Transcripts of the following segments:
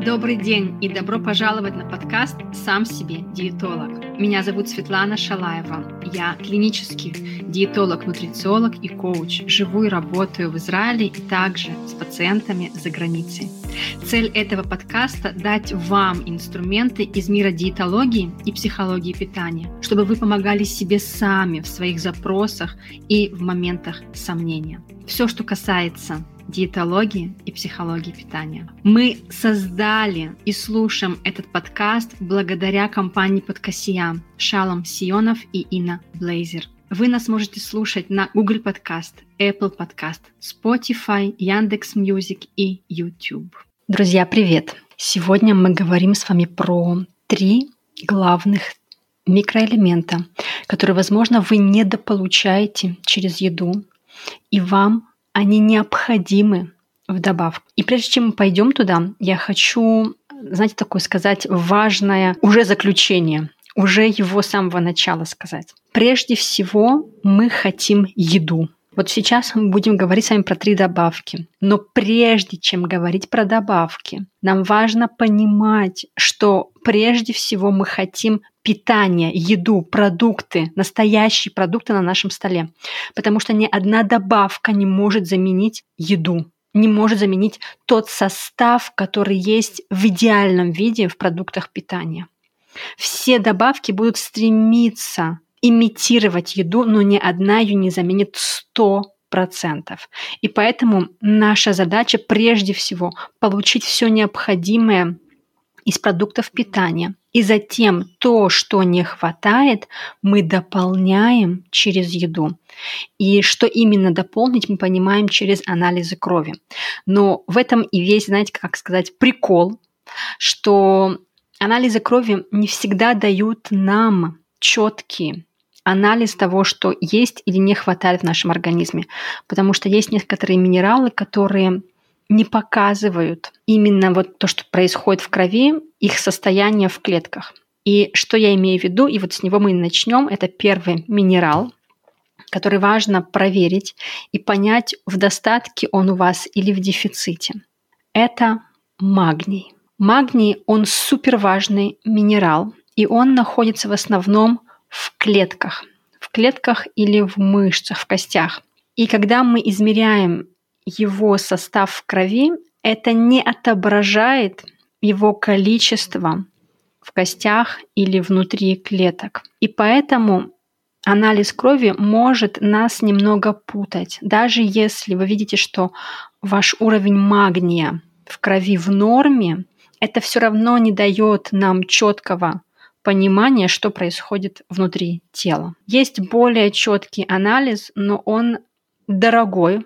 Добрый день и добро пожаловать на подкаст «Сам себе диетолог». Меня зовут Светлана Шалаева. Я клинический диетолог, нутрициолог и коуч. Живу и работаю в Израиле и также с пациентами за границей. Цель этого подкаста – дать вам инструменты из мира диетологии и психологии питания, чтобы вы помогали себе сами в своих запросах и в моментах сомнения. Все, что касается диетологии и психологии питания. Мы создали и слушаем этот подкаст благодаря компании Подкасия Шалом Сионов и Инна Блейзер. Вы нас можете слушать на Google Podcast, Apple Podcast, Spotify, Яндекс.Мьюзик и YouTube. Друзья, привет! Сегодня мы говорим с вами про 3 главных микроэлемента, которые, возможно, вы недополучаете через еду, и вам они необходимы в добавку. И прежде чем мы пойдем туда, я хочу, знаете, такое сказать важное уже заключение, уже его с самого начала сказать. Прежде всего, мы хотим еду. Вот сейчас мы будем говорить с вами про 3 добавки. Но прежде чем говорить про добавки, нам важно понимать, что прежде всего мы хотим питание, еду, продукты, настоящие продукты на нашем столе. Потому что ни одна добавка не может заменить еду, не может заменить тот состав, который есть в идеальном виде в продуктах питания. Все добавки будут стремиться имитировать еду, но ни одна ее не заменит 100%. И поэтому наша задача прежде всего получить все необходимое из продуктов питания. И затем то, что не хватает, мы дополняем через еду. И что именно дополнить, мы понимаем через анализы крови. Но в этом и весь, знаете, как сказать, прикол, что анализы крови не всегда дают нам четкий анализ того, что есть или не хватает в нашем организме. Потому что есть некоторые минералы, которые не показывают именно вот то, что происходит в крови, их состояние в клетках. И что я имею в виду, и вот с него мы начнем, это первый минерал, который важно проверить и понять, в достатке он у вас или в дефиците. Это магний. Магний, он суперважный минерал, и он находится в основном в клетках или в мышцах, в костях. И когда мы измеряем его состав в крови, это не отображает его количество в костях или внутри клеток. И поэтому анализ крови может нас немного путать. Даже если вы видите, что ваш уровень магния в крови в норме, это все равно не дает нам четкого понимания, что происходит внутри тела. Есть более четкий анализ, но он дорогой,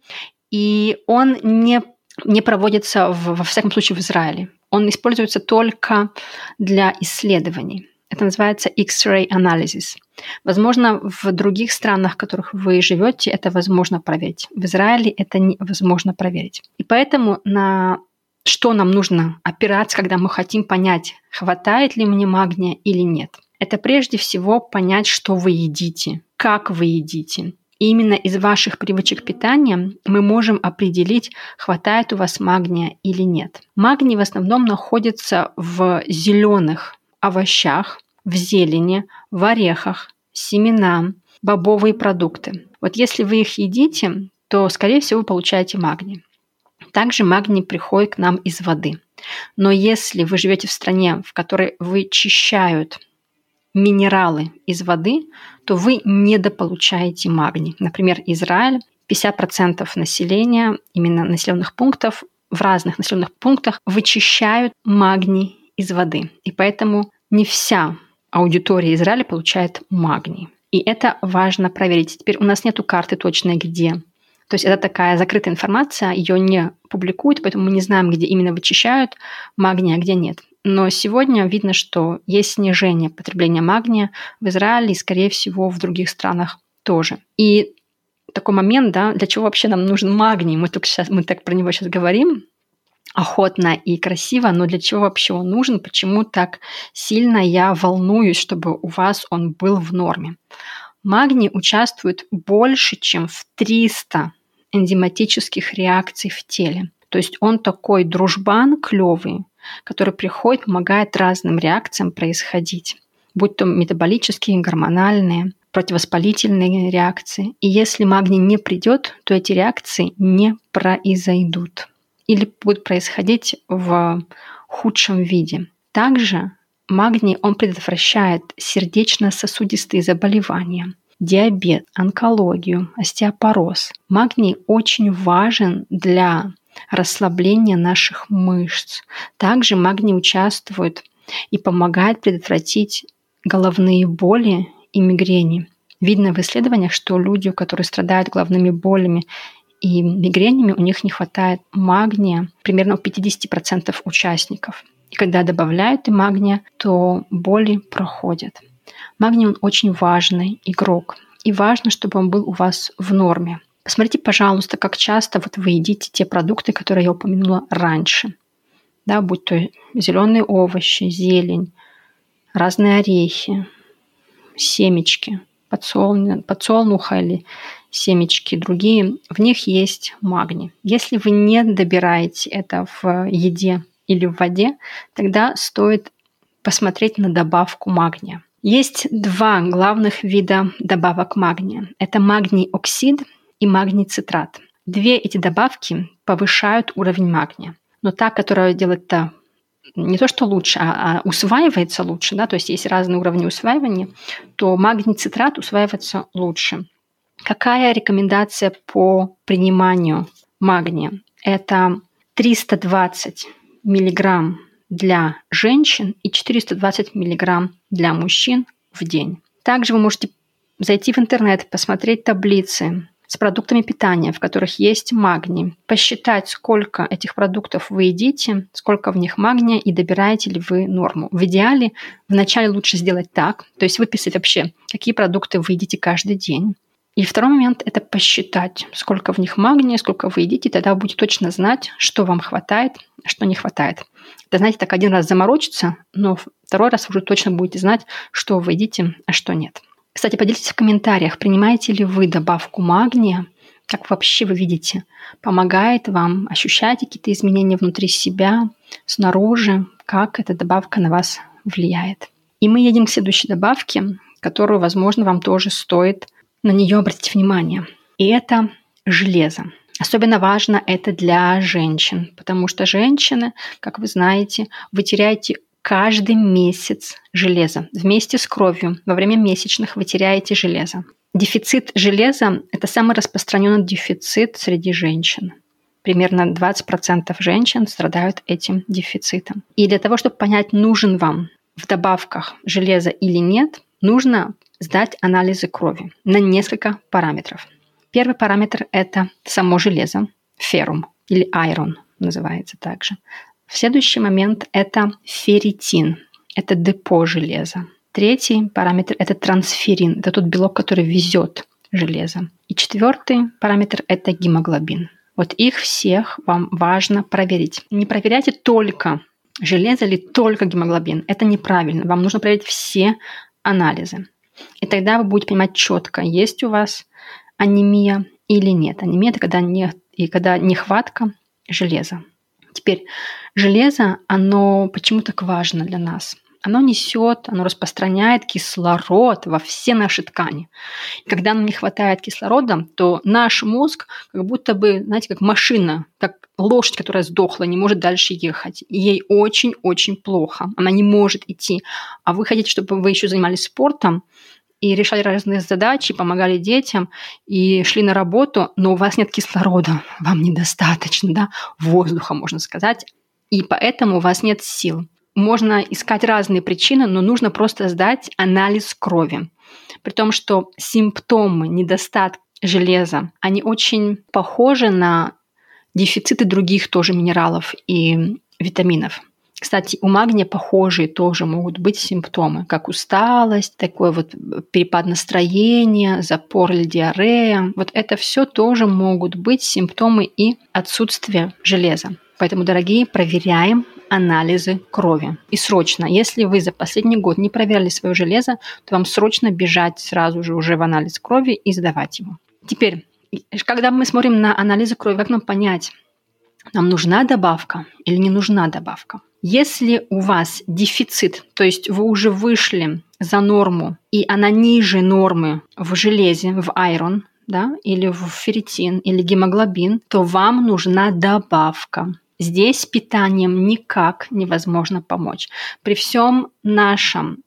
и он не проводится, во всяком случае, в Израиле. Он используется только для исследований. Это называется X-ray analysis. Возможно, в других странах, в которых вы живете, это возможно проверить. В Израиле это невозможно проверить. И поэтому на что нам нужно опираться, когда мы хотим понять, хватает ли мне магния или нет. Это прежде всего понять, что вы едите, как вы едите. И именно из ваших привычек питания мы можем определить, хватает у вас магния или нет. Магний в основном находится в зеленых овощах, в зелени, в орехах, семена, бобовые продукты. Вот если вы их едите, то, скорее всего, вы получаете магний. Также магний приходит к нам из воды. Но если вы живете в стране, в которой вычищают минералы из воды, то вы недополучаете магний. Например, Израиль, 50% населения, именно населенных пунктов, в разных населенных пунктах вычищают магний из воды. И поэтому не вся аудитория Израиля получает магний. И это важно проверить. Теперь у нас нету карты точной, где. То есть это такая закрытая информация, ее не публикуют, поэтому мы не знаем, где именно вычищают магний, а где нет. Но сегодня видно, что есть снижение потребления магния в Израиле и, скорее всего, в других странах тоже. И такой момент, да, для чего вообще нам нужен магний? Мы так про него сейчас говорим охотно и красиво, но для чего вообще он нужен? Почему так сильно я волнуюсь, чтобы у вас он был в норме? Магний участвует больше, чем в 300 энзиматических реакций в теле. То есть он такой дружбан клёвый, который приходит, помогает разным реакциям происходить, будь то метаболические, гормональные, противовоспалительные реакции. И если магний не придет, то эти реакции не произойдут или будут происходить в худшем виде. Также магний, он предотвращает сердечно-сосудистые заболевания, диабет, онкологию, остеопороз. Магний очень важен для расслабления наших мышц. Также магний участвует и помогает предотвратить головные боли и мигрени. Видно в исследованиях, что люди, которые страдают головными болями и мигренями, у них не хватает магния примерно у 50% участников. И когда добавляют и магния, то боли проходят. Магний, он очень важный игрок. И важно, чтобы он был у вас в норме. Посмотрите, пожалуйста, как часто вы едите те продукты, которые я упомянула раньше. Да, будь то зеленые овощи, зелень, разные орехи, семечки, подсолнуха или семечки другие, в них есть магний. Если вы не добираете это в еде или в воде, тогда стоит посмотреть на добавку магния. Есть два главных вида добавок магния. Это магний-оксид и магний-цитрат. Две эти добавки повышают уровень магния. Но та, которая делает это не то, что лучше, а усваивается лучше, да, то есть есть разные уровни усваивания, то магний-цитрат усваивается лучше. Какая рекомендация по приниманию магния? Это 320 мг для женщин и 420 мг для мужчин в день. Также вы можете зайти в интернет, посмотреть таблицы с продуктами питания, в которых есть магний, посчитать, сколько этих продуктов вы едите, сколько в них магния и добираете ли вы норму. В идеале вначале лучше сделать так, то есть выписать вообще, какие продукты вы едите каждый день. И второй момент – это посчитать, сколько в них магния, сколько вы едите, и тогда вы будете точно знать, что вам хватает, а что не хватает. Это, знаете, так один раз заморочиться, но второй раз вы уже точно будете знать, что вы едите, а что нет. Кстати, поделитесь в комментариях, принимаете ли вы добавку магния, как вообще вы видите, помогает вам, ощущаете какие-то изменения внутри себя, снаружи, как эта добавка на вас влияет. И мы едем к следующей добавке, которую, возможно, вам тоже стоит на нее обратить внимание. И это железо. Особенно важно это для женщин, потому что женщины, как вы знаете, вы теряете каждый месяц железо. Вместе с кровью во время месячных вы теряете железо. Дефицит железа – это самый распространенный дефицит среди женщин. Примерно 20% женщин страдают этим дефицитом. И для того, чтобы понять, нужен вам в добавках железо или нет, нужно сдать анализы крови на несколько параметров. Первый параметр – это само железо, феррум или айрон называется также. В следующий момент это ферритин, это депо железа. Третий параметр – это трансферин, это тот белок, который везет железо. И четвертый параметр – это гемоглобин. Вот их всех вам важно проверить. Не проверяйте только железо или только гемоглобин. Это неправильно. Вам нужно проверить все анализы. И тогда вы будете понимать четко, есть у вас анемия или нет. Анемия – это когда нехватка железа. Теперь железо, оно почему так важно для нас? Оно распространяет кислород во все наши ткани. И когда нам не хватает кислорода, то наш мозг как будто бы, знаете, как машина, как лошадь, которая сдохла, не может дальше ехать. И ей очень-очень плохо. Она не может идти. А вы хотите, чтобы вы еще занимались спортом и решали разные задачи, помогали детям и шли на работу, но у вас нет кислорода, вам недостаточно, да, воздуха, можно сказать, и поэтому у вас нет сил. Можно искать разные причины, но нужно просто сдать анализ крови. При том, что симптомы недостатка железа, они очень похожи на дефициты других тоже минералов и витаминов. Кстати, у магния похожие тоже могут быть симптомы, как усталость, такой вот перепад настроения, запор или диарея. Вот это все тоже могут быть симптомы и отсутствия железа. Поэтому, дорогие, проверяем анализы крови. И срочно, если вы за последний год не проверяли свое железо, то вам срочно бежать сразу же уже в анализ крови и сдавать его. Теперь, когда мы смотрим на анализы крови, как нам понять, нам нужна добавка или не нужна добавка. Если у вас дефицит, то есть вы уже вышли за норму, и она ниже нормы в железе, в айрон, да, или в ферритин, или гемоглобин, то вам нужна добавка. Здесь питанием никак невозможно помочь. При всем нашем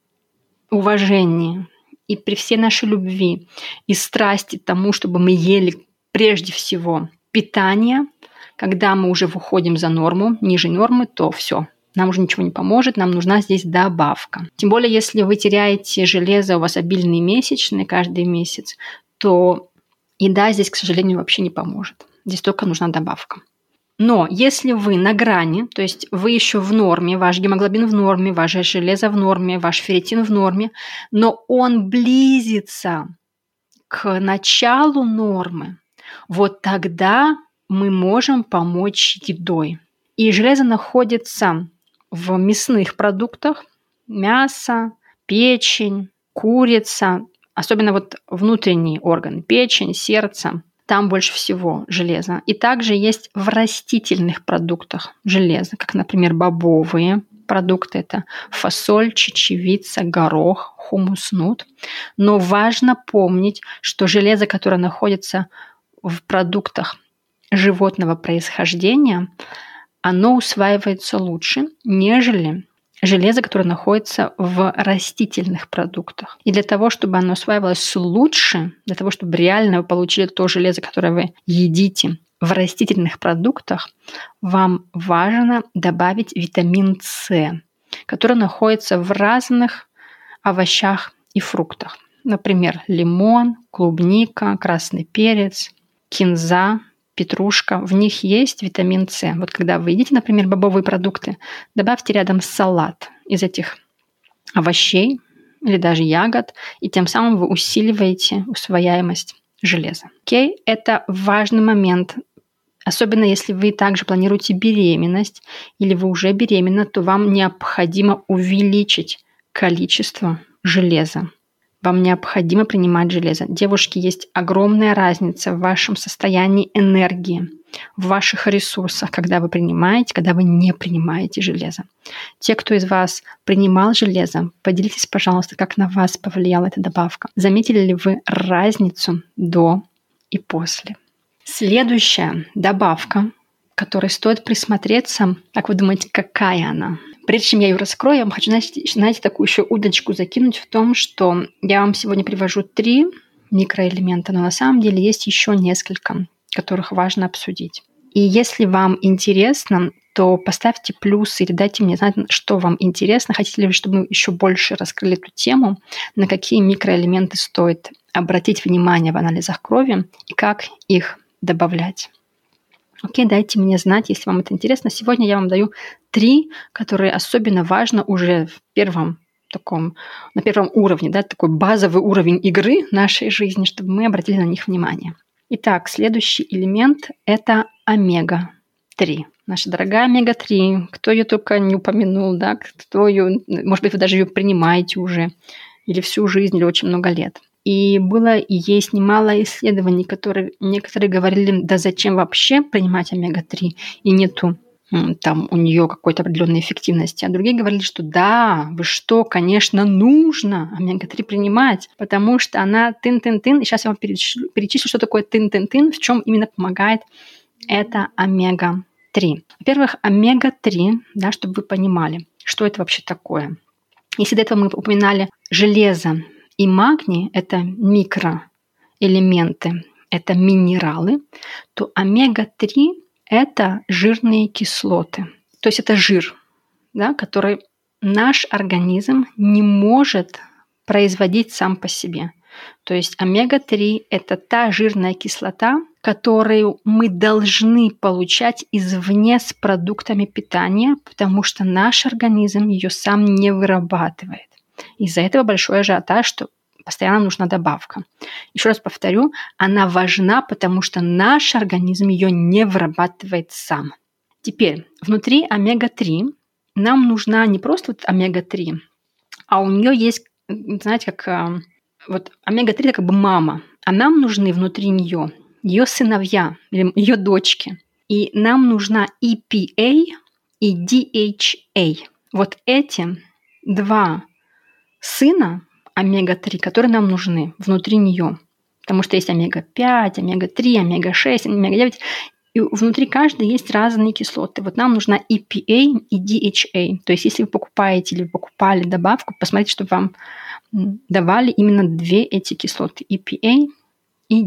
уважении и при всей нашей любви и страсти к тому, чтобы мы ели прежде всего питание, когда мы уже выходим за норму, ниже нормы, то все. Нам уже ничего не поможет, нам нужна здесь добавка. Тем более, если вы теряете железо, у вас обильные месячные каждый месяц, то еда здесь, к сожалению, вообще не поможет. Здесь только нужна добавка. Но если вы на грани, то есть вы еще в норме, ваш гемоглобин в норме, ваше железо в норме, ваш ферритин в норме, но он близится к началу нормы, вот тогда мы можем помочь едой. И железо находится в мясных продуктах: мясо, печень, курица, особенно вот внутренние органы, печень, сердце. Там больше всего железа. И также есть в растительных продуктах железо, как, например, бобовые продукты. Это фасоль, чечевица, горох, хумус, нут. Но важно помнить, что железо, которое находится в продуктах животного происхождения, оно усваивается лучше, нежели железо, которое находится в растительных продуктах. И для того, чтобы оно усваивалось лучше, для того, чтобы реально вы получили то железо, которое вы едите в растительных продуктах, вам важно добавить витамин С, который находится в разных овощах и фруктах. Например, лимон, клубника, красный перец, кинза, петрушка. В них есть витамин С. Вот когда вы едите, например, бобовые продукты, добавьте рядом салат из этих овощей или даже ягод, и тем самым вы усиливаете усвояемость железа. Окей? Это важный момент. Особенно если вы также планируете беременность или вы уже беременна, то вам необходимо увеличить количество железа. Вам необходимо принимать железо. Девушки, есть огромная разница в вашем состоянии энергии, в ваших ресурсах, когда вы принимаете, когда вы не принимаете железо. Те, кто из вас принимал железо, поделитесь, пожалуйста, как на вас повлияла эта добавка. Заметили ли вы разницу до и после? Следующая добавка, к которой стоит присмотреться, как вы думаете, какая она? Прежде чем я ее раскрою, я вам хочу, знаете, такую еще удочку закинуть в том, что я вам сегодня привожу 3 микроэлемента, но на самом деле есть еще несколько, которых важно обсудить. И если вам интересно, то поставьте плюс или дайте мне знать, что вам интересно. Хотите ли вы, чтобы мы еще больше раскрыли эту тему, на какие микроэлементы стоит обратить внимание в анализах крови и как их добавлять. Окей, дайте мне знать, если вам это интересно. Сегодня я вам даю 3, которые особенно важно уже на первом уровне, да, такой базовый уровень игры нашей жизни, чтобы мы обратили на них внимание. Итак, следующий элемент – это омега-3. Наша дорогая омега-3, кто ее только не упомянул, да, кто ее, может быть, вы даже ее принимаете уже, или всю жизнь, или очень много лет. И было и есть немало исследований, которые некоторые говорили, да зачем вообще принимать омега-3, и нету там у нее какой-то определенной эффективности. А другие говорили, что да, вы что, конечно, нужно омега-3 принимать, потому что она тын-тын-тын. И сейчас я вам перечислю, что такое тын-тын-тын, в чем именно помогает это омега-3. Во-первых, омега-3, да, чтобы вы понимали, что это вообще такое. Если до этого мы упоминали железо и магний – это микроэлементы, это минералы, то омега-3 – это жирные кислоты. То есть это жир, да, который наш организм не может производить сам по себе. То есть омега-3 – это та жирная кислота, которую мы должны получать извне с продуктами питания, потому что наш организм ее сам не вырабатывает. Из-за этого большой ажиотаж, что постоянно нужна добавка. Еще раз повторю, она важна, потому что наш организм ее не вырабатывает сам. Теперь, внутри омега-3 нам нужна не просто вот омега-3, а у нее есть, знаете, как вот омега-3 это как бы мама, а нам нужны внутри нее ее сыновья, или ее дочки. И нам нужна EPA и DHA. Вот эти два сына омега-3, которые нам нужны внутри нее. Потому что есть омега-5, омега-3, омега-6, омега-9. И внутри каждой есть разные кислоты. Вот нам нужна EPA и DHA. То есть если вы покупаете или покупали добавку, посмотрите, чтобы вам давали именно две эти кислоты. EPA и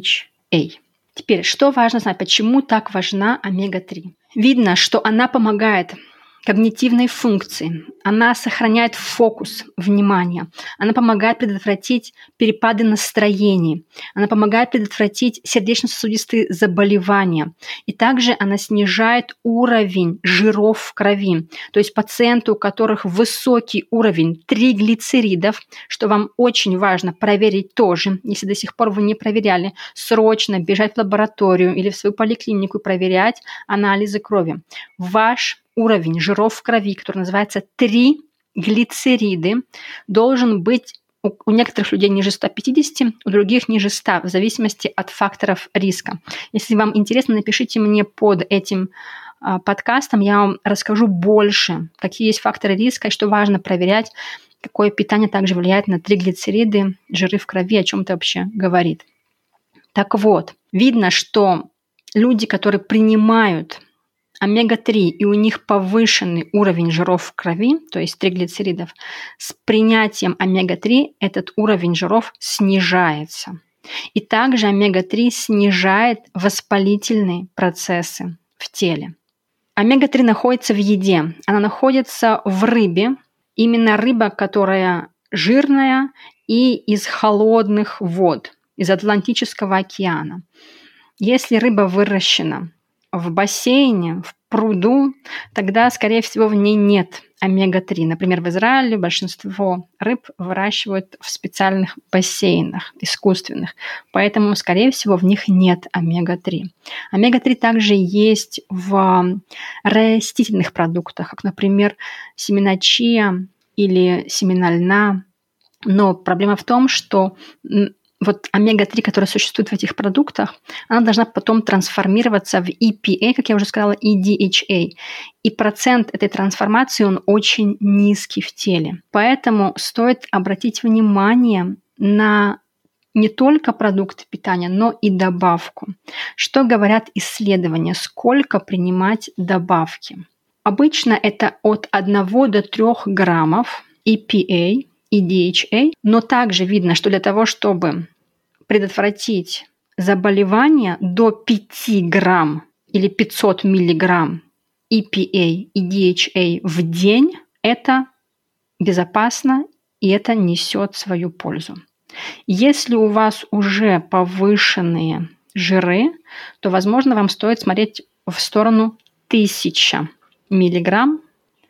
DHA. Теперь, что важно знать? Почему так важна омега-3? Видно, что она помогает когнитивной функции, она сохраняет фокус внимания, она помогает предотвратить перепады настроений, она помогает предотвратить сердечно-сосудистые заболевания. И также она снижает уровень жиров в крови. То есть пациенты, у которых высокий уровень триглицеридов, что вам очень важно проверить тоже, если до сих пор вы не проверяли, срочно бежать в лабораторию или в свою поликлинику проверять анализы крови. Ваш уровень жиров в крови, который называется триглицериды, должен быть у некоторых людей ниже 150, у других ниже 100, в зависимости от факторов риска. Если вам интересно, напишите мне под этим подкастом, я вам расскажу больше, какие есть факторы риска и что важно проверять, какое питание также влияет на триглицериды, жиры в крови, о чем это вообще говорит. Так вот, видно, что люди, которые принимают омега-3, и у них повышенный уровень жиров в крови, то есть триглицеридов, с принятием омега-3 этот уровень жиров снижается. И также омега-3 снижает воспалительные процессы в теле. Омега-3 находится в еде, она находится в рыбе, именно рыба, которая жирная и из холодных вод, из Атлантического океана. Если рыба выращена в бассейне, в пруду, тогда, скорее всего, в ней нет омега-3. Например, в Израиле большинство рыб выращивают в специальных бассейнах искусственных, поэтому, скорее всего, в них нет омега-3. Омега-3 также есть в растительных продуктах, как, например, семена чиа или семена льна. Но проблема в том, что вот омега-3, которая существует в этих продуктах, она должна потом трансформироваться в EPA, как я уже сказала, и DHA. И процент этой трансформации, он очень низкий в теле. Поэтому стоит обратить внимание на не только продукты питания, но и добавку. Что говорят исследования? Сколько принимать добавки? Обычно это от 1 до 3 граммов EPA и DHA, но также видно, что для того, чтобы предотвратить заболевание, до 5 грамм или 500 миллиграмм EPA и DHA в день, это безопасно и это несет свою пользу. Если у вас уже повышенные жиры, то, возможно, вам стоит смотреть в сторону 1000 миллиграмм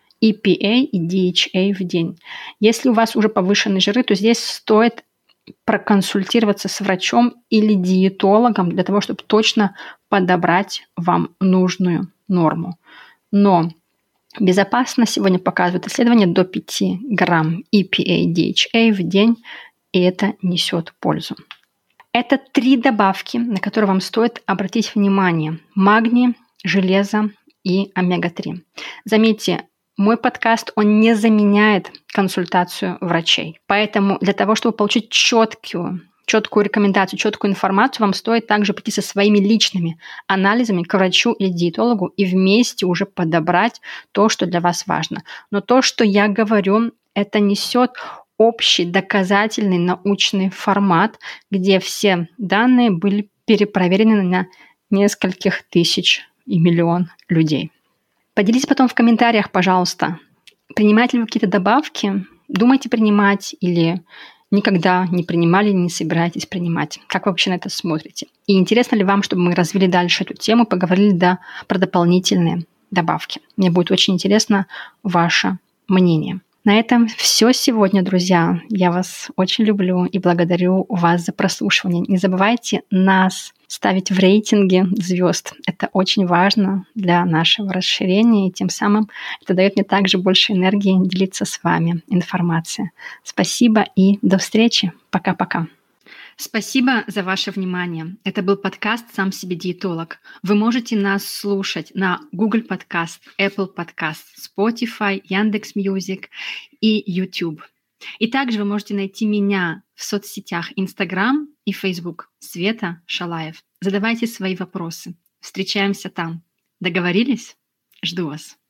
EPA и DHA в день. Если у вас уже повышенные жиры, то здесь стоит проконсультироваться с врачом или диетологом для того, чтобы точно подобрать вам нужную норму. Но безопасно сегодня показывают исследования до 5 грамм EPA и DHA в день, и это несет пользу. Это 3 добавки, на которые вам стоит обратить внимание: магний, железо и омега-3. Заметьте, мой подкаст, он не заменяет консультацию врачей. Поэтому для того, чтобы получить четкую рекомендацию, четкую информацию, вам стоит также прийти со своими личными анализами к врачу или диетологу и вместе уже подобрать то, что для вас важно. Но то, что я говорю, это несет общий доказательный научный формат, где все данные были перепроверены на нескольких тысяч и миллион людей. Поделитесь потом в комментариях, пожалуйста, принимаете ли вы какие-то добавки, думаете принимать или никогда не принимали, не собираетесь принимать. Как вы вообще на это смотрите? И интересно ли вам, чтобы мы развили дальше эту тему, поговорили про дополнительные добавки? Мне будет очень интересно ваше мнение. На этом все сегодня, друзья. Я вас очень люблю и благодарю вас за прослушивание. Не забывайте нас ставить в рейтинге звезд. Это очень важно для нашего расширения, и тем самым это дает мне также больше энергии делиться с вами информацией. Спасибо и до встречи. Пока-пока. Спасибо за ваше внимание. Это был подкаст «Сам себе диетолог». Вы можете нас слушать на Google Podcast, Apple Podcast, Spotify, Яндекс.Мьюзик и YouTube. И также вы можете найти меня в соцсетях Instagram и Facebook Света Шалаев. Задавайте свои вопросы. Встречаемся там. Договорились? Жду вас.